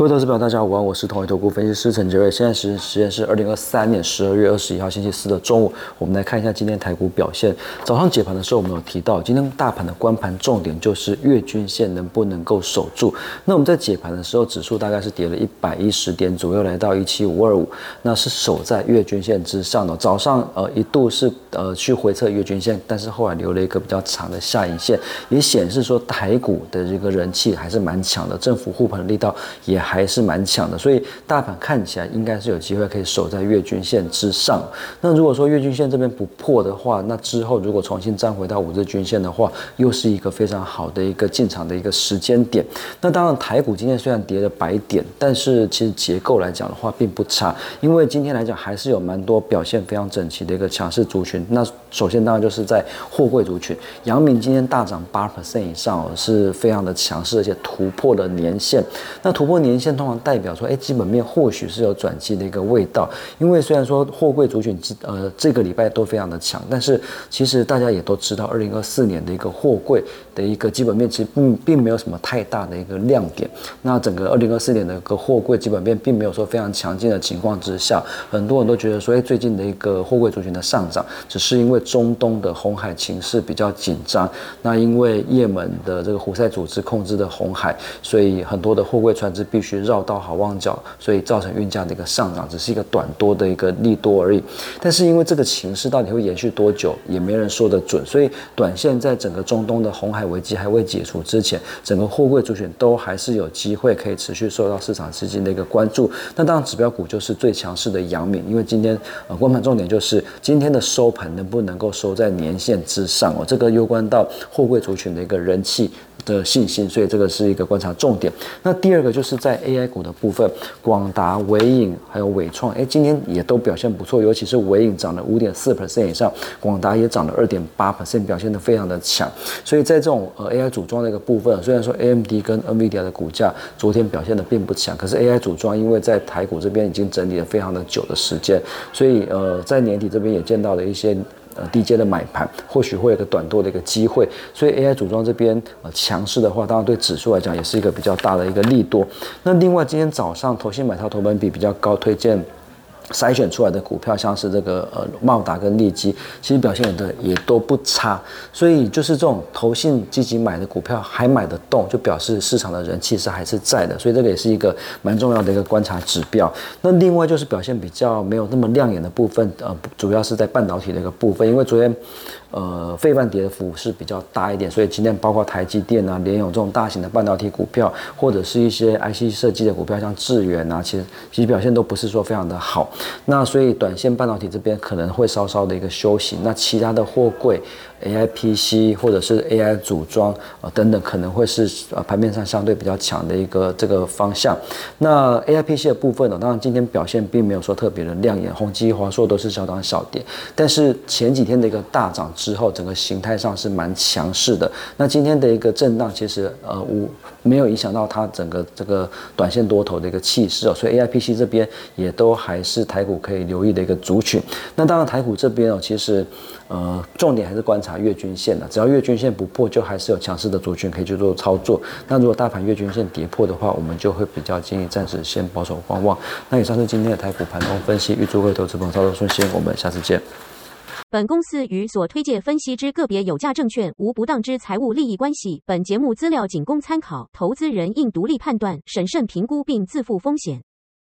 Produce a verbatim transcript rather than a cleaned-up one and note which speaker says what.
Speaker 1: 各位投资朋友，大家好，我是统一投顾分析师陈杰瑞。现在时时间是二零二三年十二月二十一号星期四的中午。我们来看一下今天台股表现。早上解盘的时候，我们有提到，今天大盘的观盘重点就是月均线能不能够守住。那我们在解盘的时候，指数大概是跌了一百一十点左右，来到一七五二五，那是守在月均线之上的。早上呃一度是呃去回测月均线，但是后来留了一个比较长的下影线，也显示说台股的这个人气还是蛮强的，政府护盘的力道也还是蛮强的，所以大盘看起来应该是有机会可以守在月均线之上。那如果说月均线这边不破的话，那之后如果重新站回到五日均线的话，又是一个非常好的一个进场的一个时间点。那当然台股今天虽然跌了百点，但是其实结构来讲的话并不差，因为今天来讲还是有蛮多表现非常整齐的一个强势族群。那首先当然就是在货柜族群，阳明今天大涨 百分之八 以上，是非常的强势，而且突破了年线。那突破年线通常代表说，哎，基本面或许是有转机的一个味道。因为虽然说货柜族群呃这个礼拜都非常的强，但是其实大家也都知道，二零二四年的一个货柜的一个基本面其实并并没有什么太大的一个亮点。那整个二零二四年的一个货柜基本面并没有说非常强劲的情况之下，很多人都觉得说，哎，最近的一个货柜族群的上涨，只是因为中东的红海情势比较紧张。那因为也门的这个胡塞组织控制的红海，所以很多的货柜船只必须绕道好望角，所以造成运价的一个上涨，只是一个短多的一个利多而已。但是因为这个情势到底会延续多久，也没人说得准，所以短线在整个中东的红海危机还未解除之前，整个货柜族群都还是有机会可以持续受到市场资金的一个关注。那当然指标股就是最强势的阳明，因为今天呃观盘重点就是今天的收盘能不能够收在年线之上哦，这个攸关到货柜族群的一个人气的信心，所以这个是一个观察重点。那第二个就是在 A I 股的部分，广达、伟影还有伟创，哎，今天也都表现不错，尤其是伟影涨了 百分之五点四 以上，广达也涨了 百分之二点八， 表现得非常的强。所以在这种呃 A I 组装的一个部分，虽然说 A M D 跟 NVIDIA 的股价昨天表现的并不强，可是 A I 组装因为在台股这边已经整理了非常的久的时间，所以呃在年底这边也见到了一些呃低阶的买盘，或许会有一个短多的一个机会，所以 A I 组装这边呃强势的话，当然对指数来讲也是一个比较大的一个利多。那另外今天早上投信买超投本比比较高，推荐筛选出来的股票，像是这个呃茂达跟利基，其实表现的也都不差，所以就是这种投信积极买的股票还买得动，就表示市场的人气是还是在的，所以这个也是一个蛮重要的一个观察指标。那另外就是表现比较没有那么亮眼的部分，呃，主要是在半导体的一个部分，因为昨天呃费半跌幅是比较大一点，所以今天包括台积电啊、联咏这种大型的半导体股票，或者是一些 I C 设计的股票，像智原啊，其实其实表现都不是说非常的好。那所以短线半导体这边可能会稍稍的一个休息，那其他的货柜 A I P C 或者是 A I 组装呃等等，可能会是呃盘面上相对比较强的一个这个方向。那 A I P C 的部分呢，当然今天表现并没有说特别的亮眼，宏基、华硕都是小涨小跌，但是前几天的一个大涨之后，整个形态上是蛮强势的。那今天的一个震荡，其实呃无没有影响到它整个这个短线多头的一个气势哦，所以 A I P C 这边也都还是台股可以留意的一个族群。那当然台股这边哦，其实呃重点还是观察月均线的，只要月均线不破，就还是有强势的族群可以去做操作。那如果大盘月均线跌破的话，我们就会比较建议暂时先保守观望。那以上是今天的台股盘中分析，预祝各位投资朋友操作顺心，我们下次见。
Speaker 2: 本公司与所推介分析之个别有价证券无不当之财务利益关系，本节目资料仅供参考，投资人应独立判断、审慎评估并自负风险。